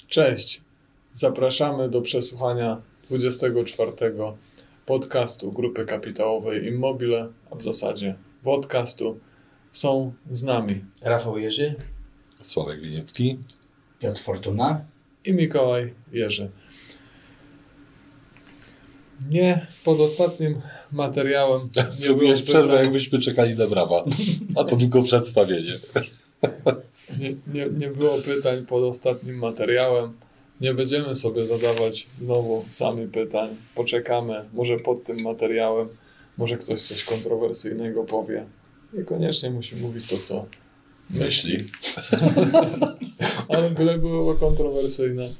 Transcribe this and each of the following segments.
Cześć, zapraszamy do przesłuchania 24 podcastu Grupy Kapitałowej Immobile, a w zasadzie podcastu. Są z nami Rafał Jerzy, Sławek Winiecki, Piotr Fortuna i Mikołaj Jerzy. Nie pod ostatnim materiałem zrobiłeś przerwę, jakbyśmy czekali na brawa, a to tylko przedstawienie. Nie było pytań pod ostatnim materiałem. Nie będziemy sobie zadawać znowu sami pytań. Poczekamy, może pod tym materiałem, może ktoś coś kontrowersyjnego powie. Niekoniecznie musi mówić to, co Myśli. Ale byle było kontrowersyjne.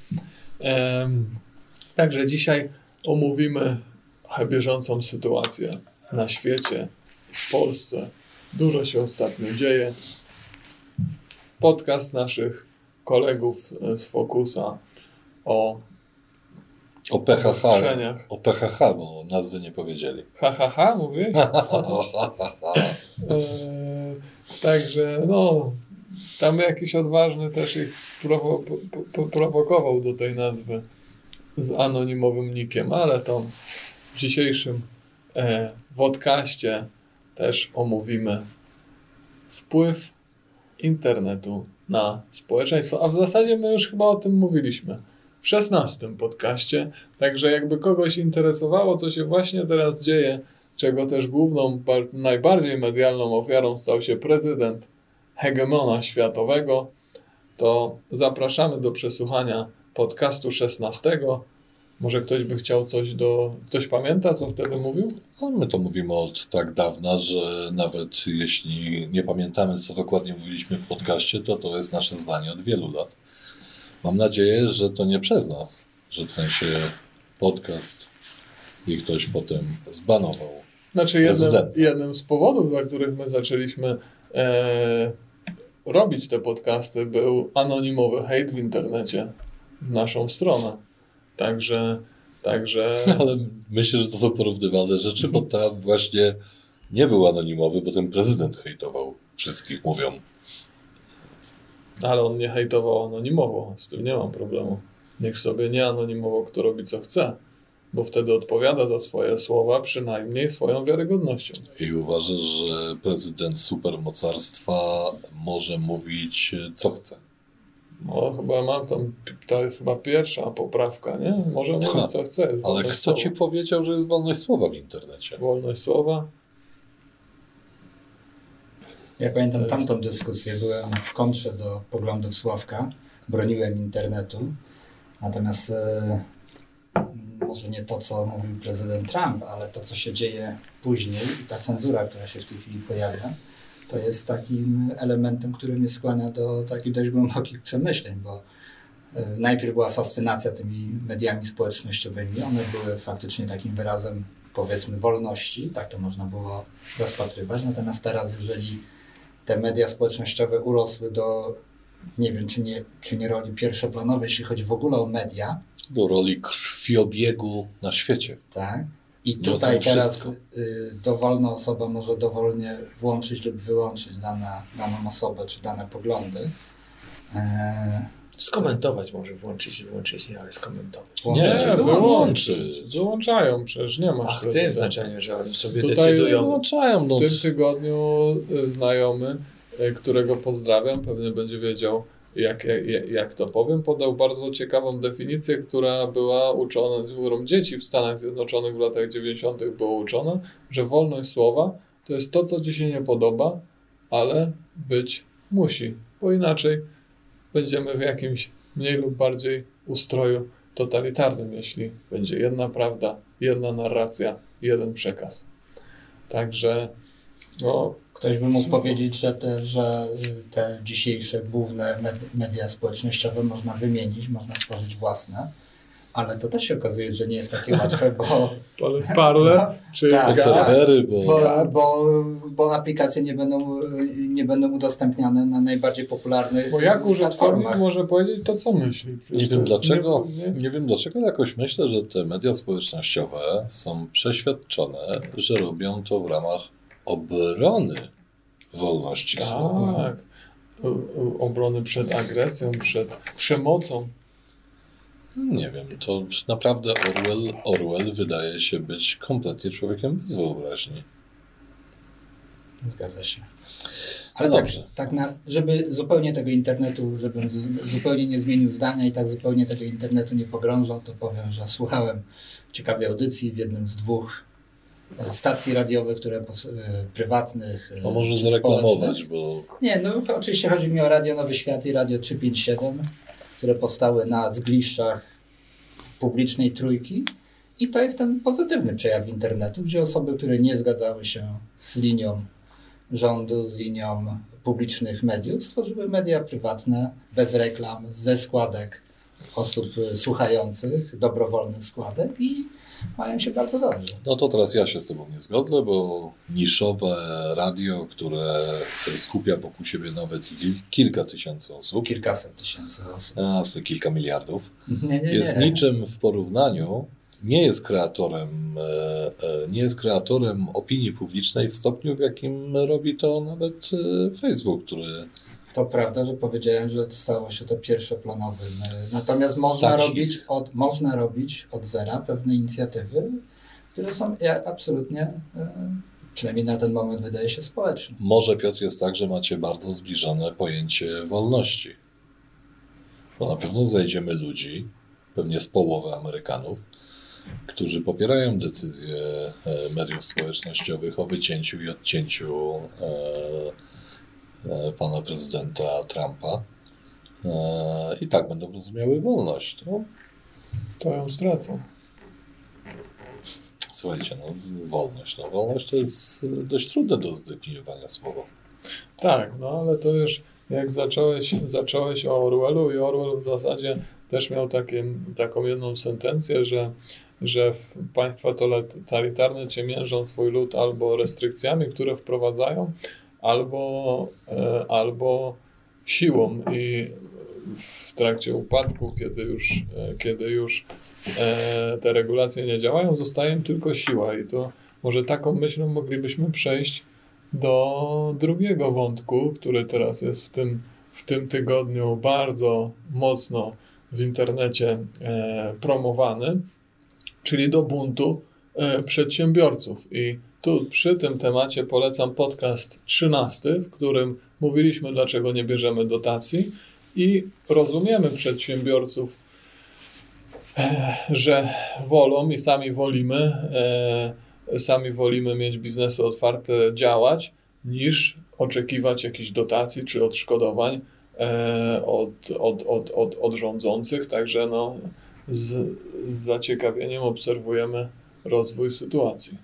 Także dzisiaj omówimy bieżącą sytuację na świecie, w Polsce. Dużo się ostatnio dzieje. Podcast naszych kolegów z Focusa o PHH, ostrzeniach. o PHH, bo nazwy nie powiedzieli. Ha, mówisz? Także tam jakiś odważny też ich prowokował do tej nazwy z anonimowym nickiem, ale to w dzisiejszym podcaście też omówimy wpływ internetu na społeczeństwo, a w zasadzie my już chyba o tym mówiliśmy w 16 podcaście, także jakby kogoś interesowało, co się właśnie teraz dzieje, czego też główną, najbardziej medialną ofiarą stał się prezydent hegemona światowego, to zapraszamy do przesłuchania podcastu 16. Może ktoś by chciał Ktoś pamięta, co wtedy mówił? No, my to mówimy od tak dawna, że nawet jeśli nie pamiętamy, co dokładnie mówiliśmy w podcaście, to jest nasze zdanie od wielu lat. Mam nadzieję, że to nie przez nas, że w sensie podcast i ktoś potem zbanował. Znaczy jednym z powodów, dla których my zaczęliśmy robić te podcasty, był anonimowy hejt w internecie w naszą stronę. Także... Ale myślę, że to są porównywalne rzeczy, bo tam właśnie nie był anonimowy, bo ten prezydent hejtował wszystkich, mówią. Ale on nie hejtował anonimowo, z tym nie mam problemu. Niech sobie nie anonimowo kto robi co chce, bo wtedy odpowiada za swoje słowa, przynajmniej swoją wiarygodnością. I uważasz, że prezydent supermocarstwa może mówić co chce? No chyba to jest chyba pierwsza poprawka, nie? Może mówić co chce. Ale kto ci powiedział, że jest wolność słowa w internecie? Wolność słowa? Ja pamiętam tamtą dyskusję, byłem w kontrze do poglądów Sławka, broniłem internetu, natomiast może nie to, co mówił prezydent Trump, ale to, co się dzieje później i ta cenzura, która się w tej chwili pojawia, to jest takim elementem, który mnie skłania do takich dość głębokich przemyśleń, bo najpierw była fascynacja tymi mediami społecznościowymi, one były faktycznie takim wyrazem, powiedzmy, wolności, tak to można było rozpatrywać, natomiast teraz, jeżeli te media społecznościowe urosły do, nie wiem, czy nie roli pierwszoplanowej, jeśli chodzi w ogóle o media. Do roli krwiobiegu na świecie. Tak. I tutaj teraz dowolna osoba może dowolnie włączyć lub wyłączyć daną osobę, czy dane poglądy. Skomentować może włączyć, nie, ale skomentować. Wyłączyć. Wyłączają, przecież nie masz. W tym znaczeniu, że oni sobie tutaj decydują. Wyłączają. W tym tygodniu znajomy, którego pozdrawiam, pewnie będzie wiedział, jak to powiem, podał bardzo ciekawą definicję, która była uczona, którą dzieci w Stanach Zjednoczonych w latach 90. było uczone, że wolność słowa to jest to, co ci się nie podoba, ale być musi, bo inaczej będziemy w jakimś mniej lub bardziej ustroju totalitarnym, jeśli będzie jedna prawda, jedna narracja, jeden przekaz. Także ktoś by mógł powiedzieć, że te dzisiejsze główne media społecznościowe można wymienić, można stworzyć własne, ale to też się okazuje, że nie jest takie łatwe, bo... Parle czy serwery, bo aplikacje nie będą udostępniane na najbardziej popularnych Bo jak użytkownik platformach. może powiedzieć to, co myśli. Nie wiem dlaczego jakoś myślę, że te media społecznościowe są przeświadczone, że robią to w ramach obrony wolności słowa. Tak. Obrony przed agresją, przed przemocą. Nie wiem, to naprawdę Orwell wydaje się być kompletnie człowiekiem bez wyobraźni. Zgadza się. Ale No tak, dobrze. żeby zupełnie tego internetu, żebym zupełnie nie zmienił zdania i tak zupełnie tego internetu nie pogrążał, to powiem, że słuchałem ciekawej audycji w jednym z 2 stacji radiowych, które prywatnych. A może czy zareklamować, społecznych. bo Nie, no oczywiście chodzi mi o Radio Nowy Świat i Radio 357, które powstały na zgliszczach publicznej trójki. I to jest ten pozytywny przejaw internetu, gdzie osoby, które nie zgadzały się z linią rządu, z linią publicznych mediów, stworzyły media prywatne, bez reklam, ze składek osób słuchających, dobrowolnych składek i mają się bardzo dobrze. no to teraz ja się z tobą nie zgodzę, bo niszowe radio, które skupia wokół siebie nawet kilka tysięcy osób, Kilkaset tysięcy osób. a co kilka miliardów, Nie. jest niczym w porównaniu, nie jest kreatorem opinii publicznej w stopniu, w jakim robi to nawet Facebook, który To prawda, że powiedziałem, że stało się to pierwszoplanowym. Natomiast można robić od zera pewne inicjatywy, które są absolutnie, przynajmniej na ten moment wydaje się, społeczne. może, Piotr, jest tak, że macie bardzo zbliżone pojęcie wolności. Bo na pewno znajdziemy ludzi, pewnie z połowy Amerykanów, którzy popierają decyzję mediów społecznościowych o wycięciu i odcięciu pana prezydenta Trumpa. I tak będą rozumiały wolność. No, To ją stracą. słuchajcie, no, wolność. No, wolność to jest dość trudne do zdefiniowania słowa. Tak, no ale to już jak zacząłeś o Orwellu i Orwell w zasadzie też miał taką jedną sentencję, że państwa totalitarne ciemiężą swój lud albo restrykcjami, które wprowadzają, albo siłą i w trakcie upadku, kiedy już te regulacje nie działają, zostaje im tylko siła i to może taką myślą moglibyśmy przejść do drugiego wątku, który teraz jest w tym tygodniu bardzo mocno w internecie promowany, czyli do buntu przedsiębiorców. I tu przy tym temacie polecam podcast 13, w którym mówiliśmy, dlaczego nie bierzemy dotacji i rozumiemy przedsiębiorców, że wolą i sami wolimy mieć biznesy otwarte, działać, niż oczekiwać jakichś dotacji czy odszkodowań od rządzących. Także no, z zaciekawieniem obserwujemy rozwój sytuacji.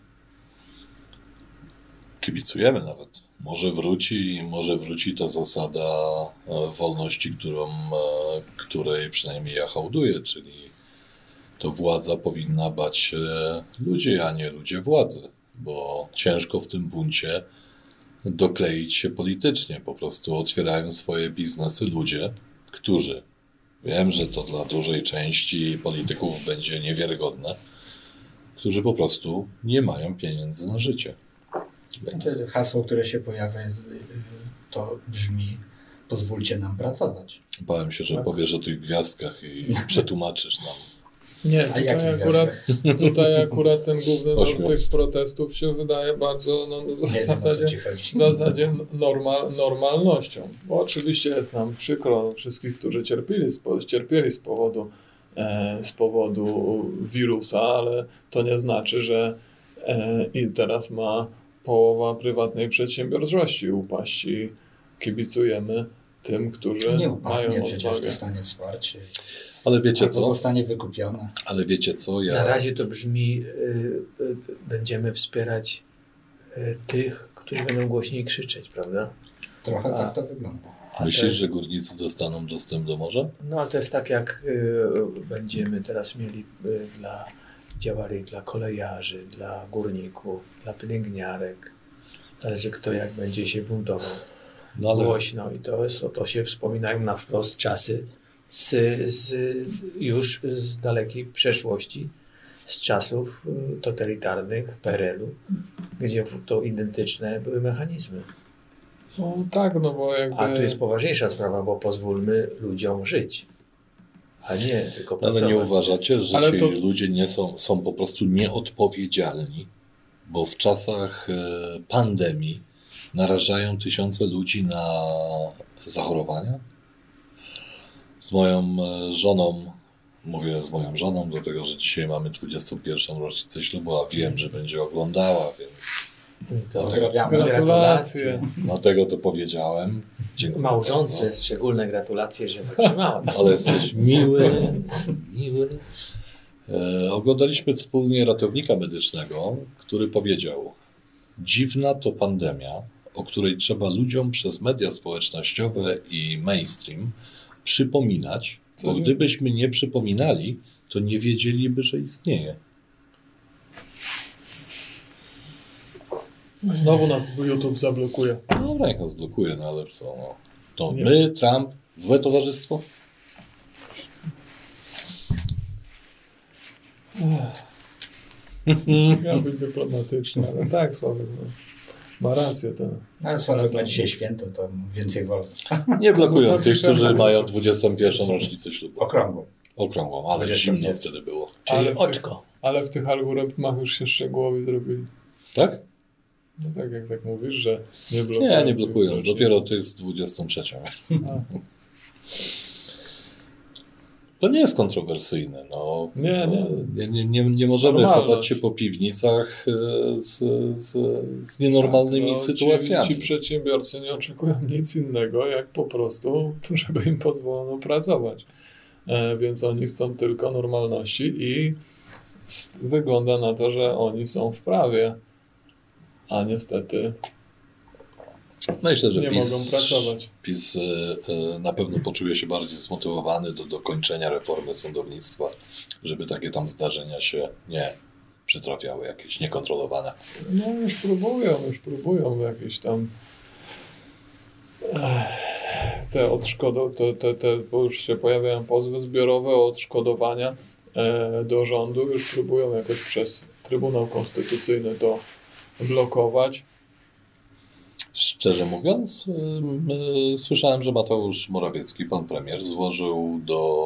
Kibicujemy nawet. Może wróci ta zasada wolności, której przynajmniej ja hołduję, czyli to władza powinna bać się ludzi, a nie ludzie władzy, bo ciężko w tym buncie dokleić się politycznie. Po prostu otwierają swoje biznesy ludzie, którzy, wiem, że to dla dużej części polityków będzie niewiarygodne, którzy po prostu nie mają pieniędzy na życie. Więc Hasło, które się pojawia, to brzmi: pozwólcie nam pracować. bałem się, że powiesz o tych gwiazdkach i przetłumaczysz nam. Nie, tutaj akurat ten główny Ośmiu. nurt tych protestów się wydaje bardzo w zasadzie normalnością. Bo oczywiście jest nam przykro wszystkich, którzy cierpieli z powodu wirusa, ale to nie znaczy, że i teraz ma połowa prywatnej przedsiębiorczości upaść i kibicujemy tym, którzy Nie mają upadnie, przecież odwagę. dostanie wsparcie. Ale wiecie Albo co? zostanie wykupione. Ale wiecie co? Na razie to brzmi, będziemy wspierać tych, którzy będą głośniej krzyczeć, prawda? Trochę tak to wygląda. Myślisz, że górnicy dostaną dostęp do morza? No ale to jest tak, jak będziemy teraz mieli działali dla kolejarzy, dla górników, dla pielęgniarek. Zależy kto jak będzie się buntował. No ale Głośno i to się wspominają na wprost czasy już z dalekiej przeszłości, z czasów totalitarnych PRL-u, gdzie to identyczne były mechanizmy. No tak, no bo jakby... A tu jest poważniejsza sprawa, bo pozwólmy ludziom żyć. A nie, tylko Ale pracować. nie uważacie, że Ale ci to- ludzie są po prostu nieodpowiedzialni, bo w czasach pandemii narażają tysiące ludzi na zachorowania? Z moją żoną, mówię z moją żoną, dlatego że dzisiaj mamy 21. rocznicę ślubu, a wiem, że będzie oglądała, więc Pozdrawiamy. Gratulacje. dlatego to powiedziałem. Dziękuję Małżonce bardzo. szczególne gratulacje, że wytrzymała. Ale jesteś miły. Oglądaliśmy wspólnie ratownika medycznego, który powiedział: dziwna to pandemia, o której trzeba ludziom przez media społecznościowe i mainstream przypominać, bo gdybyśmy nie przypominali, to nie wiedzieliby, że istnieje. Znowu nas YouTube zablokuje. Dobra, jak nas blokuje, no ale co? No. To Nie. my, Trump, złe towarzystwo? Miał być dyplomatyczny, ale tak, Sławek, no, ma rację ten. Ale Sławek ma dzisiaj święto, to więcej wolno. Nie blokują tych, którzy mają 21. rocznicę ślubu. Okrągłą. Okrągłą, ale 21. zimno wtedy było. Czyli Ale w oczko. Ale w tych algorytmach już się szczegółowi zrobili. Tak? No tak, jak tak mówisz, że nie blokują. Nie, nie blokują. tych Dopiero rocznic. tych z 23. A, To nie jest kontrowersyjne. No. Nie, nie. Nie możemy Normalność. chować się po piwnicach z nienormalnymi Tak, no, sytuacjami. Ci przedsiębiorcy nie oczekują nic innego, jak po prostu, żeby im pozwolono pracować. Więc oni chcą tylko normalności i wygląda na to, że oni są w prawie, a niestety Myślę, że nie mogą pracować. PiS na pewno poczuje się bardziej zmotywowany do dokończenia reformy sądownictwa, żeby takie tam zdarzenia się nie przytrafiały, jakieś niekontrolowane. No już próbują jakieś tam te bo już się pojawiają pozwy zbiorowe o odszkodowania do rządu, już próbują jakoś przez Trybunał Konstytucyjny to blokować. Szczerze mówiąc, słyszałem, że Mateusz Morawiecki, pan premier, złożył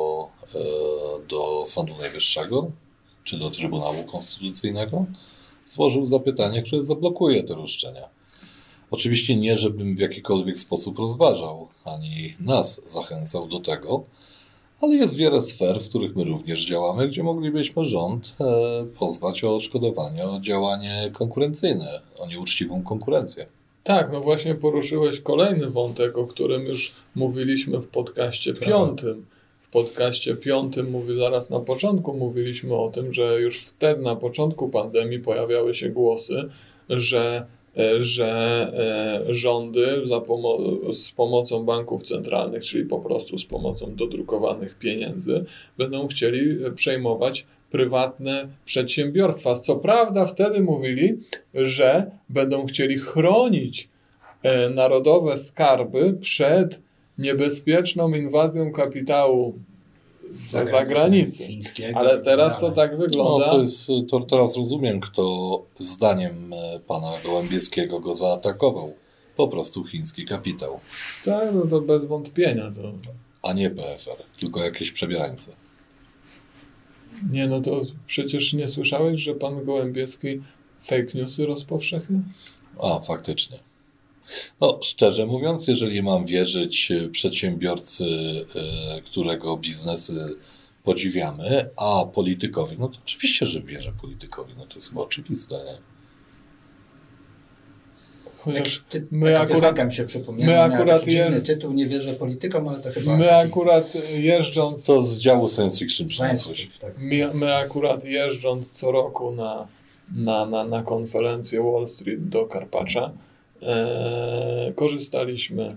do Sądu Najwyższego, czy do Trybunału Konstytucyjnego, złożył zapytanie, które zablokuje te roszczenia. Oczywiście nie, żebym w jakikolwiek sposób rozważał, ani nas zachęcał do tego, ale jest wiele sfer, w których my również działamy, gdzie moglibyśmy rząd pozwać o odszkodowanie, o działanie konkurencyjne, o nieuczciwą konkurencję. Tak, no właśnie poruszyłeś kolejny wątek, o którym już mówiliśmy w podcaście 5. W podcaście 5 zaraz na początku mówiliśmy o tym, że już wtedy na początku pandemii pojawiały się głosy, że rządy z pomocą banków centralnych, czyli po prostu z pomocą dodrukowanych pieniędzy, będą chcieli przejmować prywatne przedsiębiorstwa. Co prawda wtedy mówili, że będą chcieli chronić narodowe skarby przed niebezpieczną inwazją kapitału z zagranicy. Chińskiego, Ale teraz to dalej. tak wygląda. To teraz rozumiem, kto zdaniem pana Gołębieskiego go zaatakował. Po prostu chiński kapitał, Tak, no to bez wątpienia. To... a nie PFR, tylko jakieś przebierańce. Nie, no to przecież nie słyszałeś, że pan Gołębieski fake newsy rozpowszechnia? A, faktycznie. No, szczerze mówiąc, jeżeli mam wierzyć przedsiębiorcy, którego biznesy podziwiamy, a politykowi, no to oczywiście, że wierzę politykowi. No to jest chyba oczywiste, nie? Chociaż My my taka akurat, piosenka mi się przypomniała. my Miała akurat taki dziwny tytuł, nie wierzę politykom, ale to chyba my taki akurat jeżdżąc To z działu science fiction przyniosłeś. żeński, tak. My akurat jeżdżąc co roku na konferencję Wall Street do Karpacza, korzystaliśmy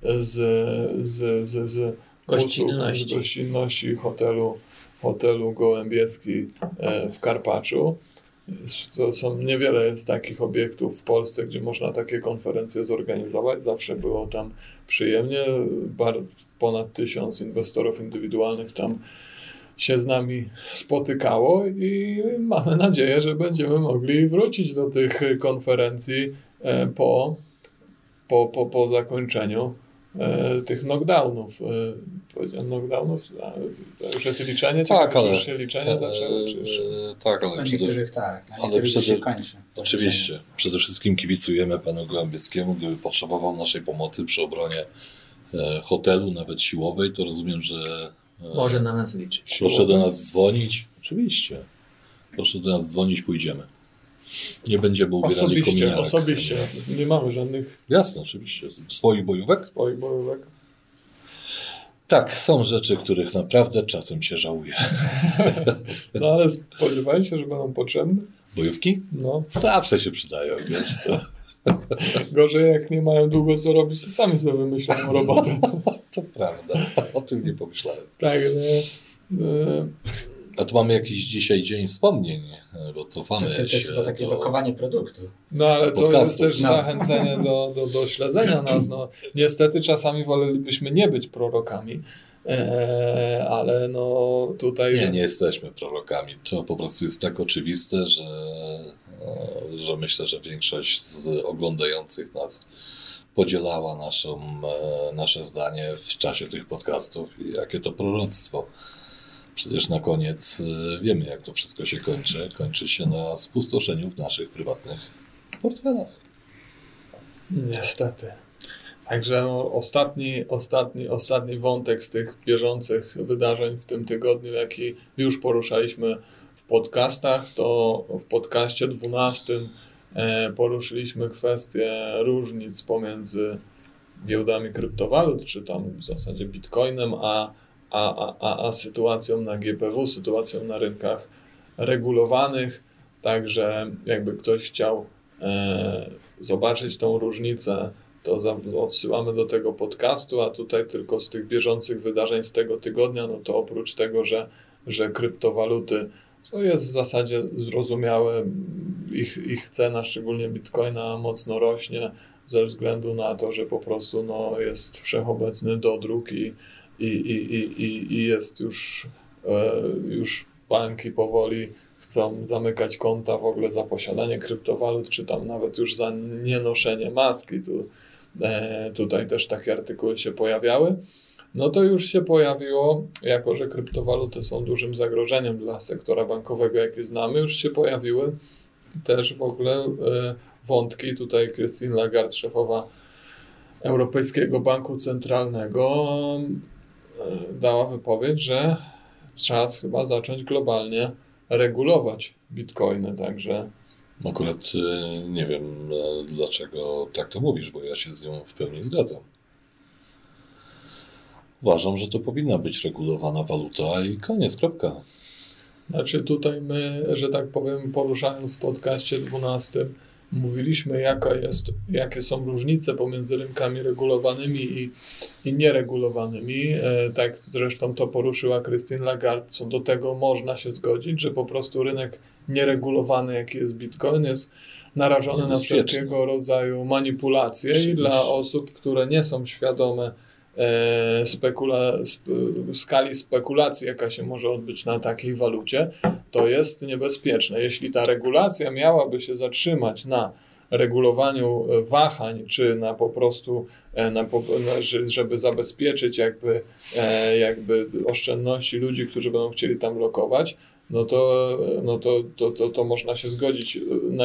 z Gościnności. z gościnności hotelu Gołębieski w Karpaczu. To są niewiele jest takich obiektów w Polsce, gdzie można takie konferencje zorganizować. Zawsze było tam przyjemnie. Ponad 1000 inwestorów indywidualnych tam się z nami spotykało i mamy nadzieję, że będziemy mogli wrócić do tych konferencji po zakończeniu tych knockdownów. Powiedziałem knockdownów? Już jest liczenie? Tak, ale... Już się liczenie zaczęło? Tak, ale... Na niektórych tak, na ale niektórych już się kończy. Oczywiście. Przede wszystkim kibicujemy panu Gołębieckiemu. Gdyby potrzebował naszej pomocy przy obronie hotelu, nawet siłowej, to rozumiem, że... Może na nas liczyć. Proszę do nas dzwonić. Oczywiście. Proszę do nas dzwonić, pójdziemy. Nie będziemy ubierali kominiarek. Osobiście. Nie mamy żadnych... Jasne, oczywiście. Swoich bojówek? Swoich bojówek. Tak, są rzeczy, których naprawdę czasem się żałuje. No ale spodziewaj się, że będą potrzebne. Bojówki? No. Zawsze się przydają, wiesz to. Gorzej jak nie mają długo co robić, to sami sobie wymyślają robotę. To prawda. O tym nie pomyślałem. Tak, A tu mamy jakiś dzisiaj dzień wspomnień, bo cofamy to jest chyba takie lokowanie produktu. No ale to podcastów. jest też zachęcenie do śledzenia nas. No, niestety czasami wolelibyśmy nie być prorokami, ale no tutaj... Nie jesteśmy prorokami. To po prostu jest tak oczywiste, że myślę, że większość z oglądających nas podzielała nasze zdanie w czasie tych podcastów i jakie to proroctwo. Przecież na koniec wiemy, jak to wszystko się kończy. Kończy się na spustoszeniu w naszych prywatnych portfelach. Niestety. Także no, ostatni wątek z tych bieżących wydarzeń w tym tygodniu, jaki już poruszaliśmy w podcastach, to w podcaście 12 poruszyliśmy kwestię różnic pomiędzy giełdami kryptowalut, czy tam w zasadzie bitcoinem, a sytuacją na GPW, sytuacją na rynkach regulowanych. Także jakby ktoś chciał zobaczyć tą różnicę, to odsyłamy do tego podcastu, a tutaj tylko z tych bieżących wydarzeń z tego tygodnia, no to oprócz tego, że kryptowaluty, co jest w zasadzie zrozumiałe, ich cena, szczególnie bitcoina, mocno rośnie ze względu na to, że po prostu no, jest wszechobecny dodruk i jest już banki powoli chcą zamykać konta w ogóle za posiadanie kryptowalut, czy tam nawet już za nienoszenie maski. Tutaj też takie artykuły się pojawiały. No to już się pojawiło, jako że kryptowaluty są dużym zagrożeniem dla sektora bankowego, jaki znamy, już się pojawiły też w ogóle wątki. Tutaj Christine Lagarde, szefowa Europejskiego Banku Centralnego, dała wypowiedź, że czas chyba zacząć globalnie regulować bitcoiny, także... Akurat nie wiem, dlaczego tak to mówisz, bo ja się z nią w pełni zgadzam. Uważam, że to powinna być regulowana waluta i koniec, kropka. Znaczy tutaj my, że tak powiem, poruszając w podcaście 12, mówiliśmy jakie są różnice pomiędzy rynkami regulowanymi i nieregulowanymi. Tak zresztą to poruszyła Christine Lagarde. Co do tego można się zgodzić, że po prostu rynek nieregulowany, jaki jest Bitcoin, jest narażony na wszelkiego rodzaju manipulacje i dla osób, które nie są świadome skali spekulacji, jaka się może odbyć na takiej walucie, to jest niebezpieczne. Jeśli ta regulacja miałaby się zatrzymać na regulowaniu wahań, czy na po prostu, żeby zabezpieczyć jakby oszczędności ludzi, którzy będą chcieli tam lokować, to można się zgodzić.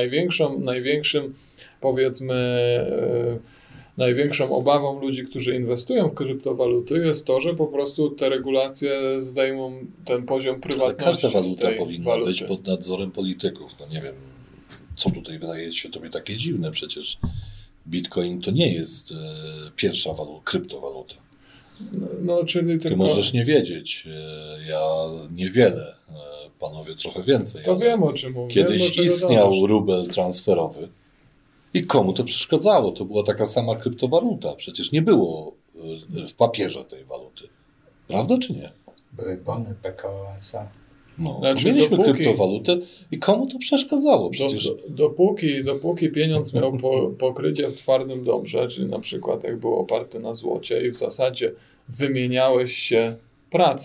Największą obawą ludzi, którzy inwestują w kryptowaluty, jest to, że po prostu te regulacje zdejmą ten poziom prywatności. Ale każda waluta powinna być pod nadzorem polityków. No nie wiem, co tutaj wydaje się tobie takie dziwne. Przecież Bitcoin to nie jest pierwsza kryptowaluta. No, czyli Ty możesz nie wiedzieć. Ja niewiele, panowie trochę więcej. To wiem, o czym mówię. Kiedyś istniał rubel transferowy. I komu to przeszkadzało? To była taka sama kryptowaluta. Przecież nie było w papierze tej waluty. Prawda czy nie? Były bony PKO SA. No, znaczy, mieliśmy kryptowalutę i komu to przeszkadzało? Przecież... Dopóki pieniądz miał pokrycie w twardym dobrze, czyli na przykład jak był oparty na złocie i w zasadzie wymieniałeś się pracą,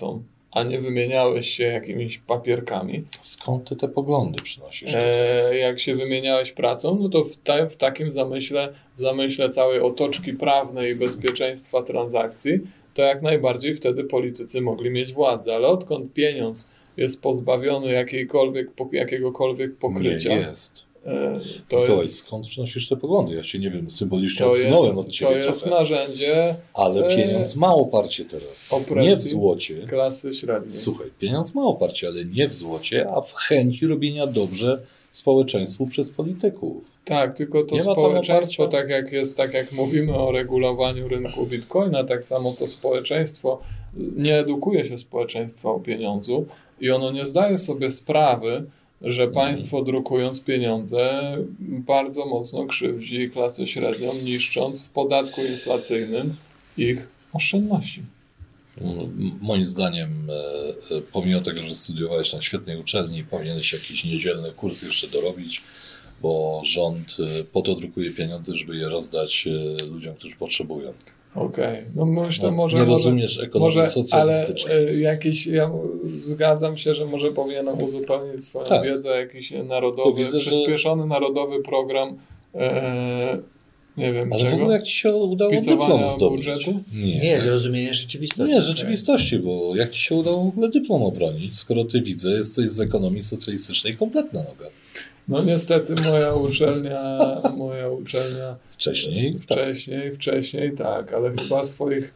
a nie wymieniałeś się jakimiś papierkami. Skąd ty te poglądy przynosisz? Jak się wymieniałeś pracą, no to w takim zamyśle całej otoczki prawnej i bezpieczeństwa transakcji, to jak najbardziej wtedy politycy mogli mieć władzę, ale odkąd pieniądz jest pozbawiony jakiegokolwiek pokrycia. Nie jest. To Mikołaj, jest, skąd przynosisz te poglądy? Ja się, nie wiem, symbolicznie to odsunąłem od ciebie To jest trochę. narzędzie Ale pieniądz ma oparcie teraz. opresji Nie w złocie. klasy średniej. Słuchaj, pieniądz ma oparcie, ale nie w złocie, a w chęci robienia dobrze społeczeństwu przez polityków. Tak, tylko to Nie ma tam społeczeństwo, oparcia? tak jak mówimy o regulowaniu rynku bitcoina, tak samo to społeczeństwo, nie edukuje się społeczeństwa o pieniądzu i ono nie zdaje sobie sprawy, że państwo drukując pieniądze bardzo mocno krzywdzi klasę średnią, niszcząc w podatku inflacyjnym ich oszczędności. Moim zdaniem, pomimo tego, że studiowałeś na świetnej uczelni, powinieneś jakiś niedzielny kurs jeszcze dorobić, bo rząd po to drukuje pieniądze, żeby je rozdać ludziom, którzy potrzebują. Okej, no myślę, Nie rozumiesz ekonomii socjalistycznej. Ale ja zgadzam się, że może powinienem uzupełnić swoją wiedzę, jakiś narodowy, przyspieszony narodowy program, nie wiem ale czego. w ogóle jak ci się udało dyplom zdobyć? Budżetu? Nie, zrozumienie rzeczywistości. Nie, rzeczywistości, bo jak ci się udało w ogóle dyplom obronić, skoro ty widzę, jesteś z ekonomii socjalistycznej kompletna noga. No niestety moja uczelnia wcześniej tak, ale chyba swoich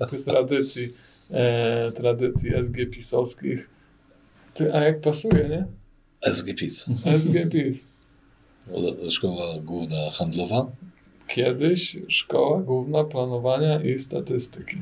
tradycji SG-PiS-owskich. A jak pasuje, nie? SG-PiS. SG-PiS. Szkoła Główna Handlowa? Kiedyś Szkoła Główna Planowania i Statystyki.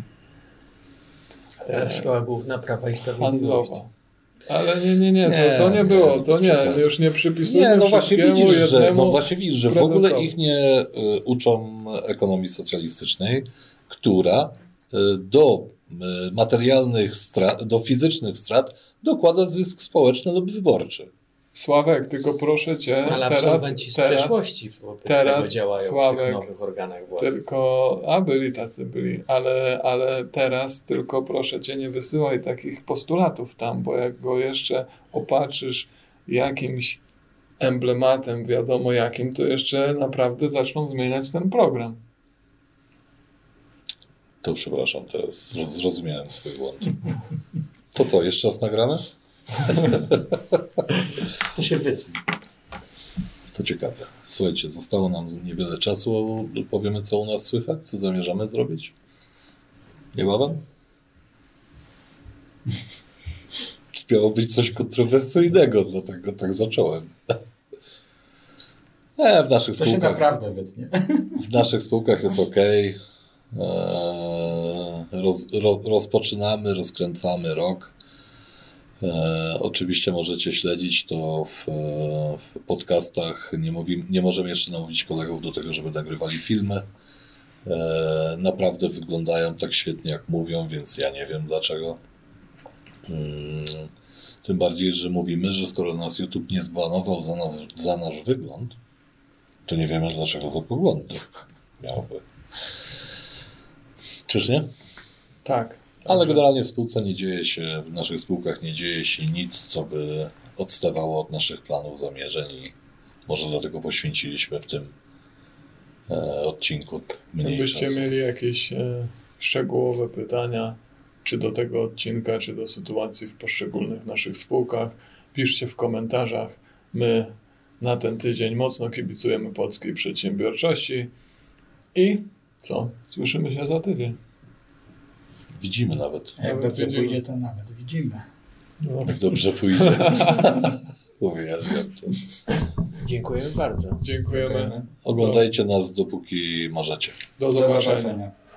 Szkoła Główna Prawa i Sprawiedliwości. Handlowa. Ale nie, to nie było, już nie przypisujmy Nie, no właśnie widzisz, że w ogóle ich nie uczą ekonomii socjalistycznej, która do materialnych strat, do fizycznych strat dokłada zysk społeczny lub wyborczy. Sławek, tylko proszę cię, ale absolwenci z przeszłości wobec tego działają w tych nowych organach władzy. Byli, ale teraz tylko proszę cię, nie wysyłaj takich postulatów tam, bo jak go jeszcze opatrzysz jakimś emblematem, wiadomo jakim, to jeszcze naprawdę zaczną zmieniać ten program. To przepraszam, teraz zrozumiałem swój błąd. To co, jeszcze raz nagramy? To się wytnie. To ciekawe. Słuchajcie, zostało nam niewiele czasu. Powiemy, co u nas słychać, co zamierzamy zrobić. Niebawem? Miało być coś kontrowersyjnego, dlatego tak zacząłem. W naszych to spółkach, się naprawdę wytnie. W naszych spółkach jest okej. Rozpoczynamy, rozkręcamy rok. Oczywiście możecie śledzić to w podcastach. Nie możemy jeszcze namówić kolegów do tego, żeby nagrywali filmy. Naprawdę wyglądają tak świetnie, jak mówią, więc ja nie wiem dlaczego. Tym bardziej, że mówimy, że skoro nas YouTube nie zbanował za nasz wygląd, to nie wiemy dlaczego za poglądy miałby. Czyż nie? Tak. Ale generalnie w spółce nie dzieje się, w naszych spółkach nie dzieje się nic, co by odstawało od naszych planów, zamierzeń i może dlatego poświęciliśmy w tym odcinku mniej Jakbyście czasu. mieli jakieś szczegółowe pytania, czy do tego odcinka, czy do sytuacji w poszczególnych naszych spółkach, piszcie w komentarzach. My na ten tydzień mocno kibicujemy polskiej przedsiębiorczości i co? Słyszymy się za tydzień. Widzimy nawet. A jak dobrze pójdzie, to nawet widzimy. No. Jak dobrze pójdzie. Uwielbiam to. Dziękujemy bardzo. Dziękujemy. Oglądajcie nas dopóki możecie. Do zobaczenia.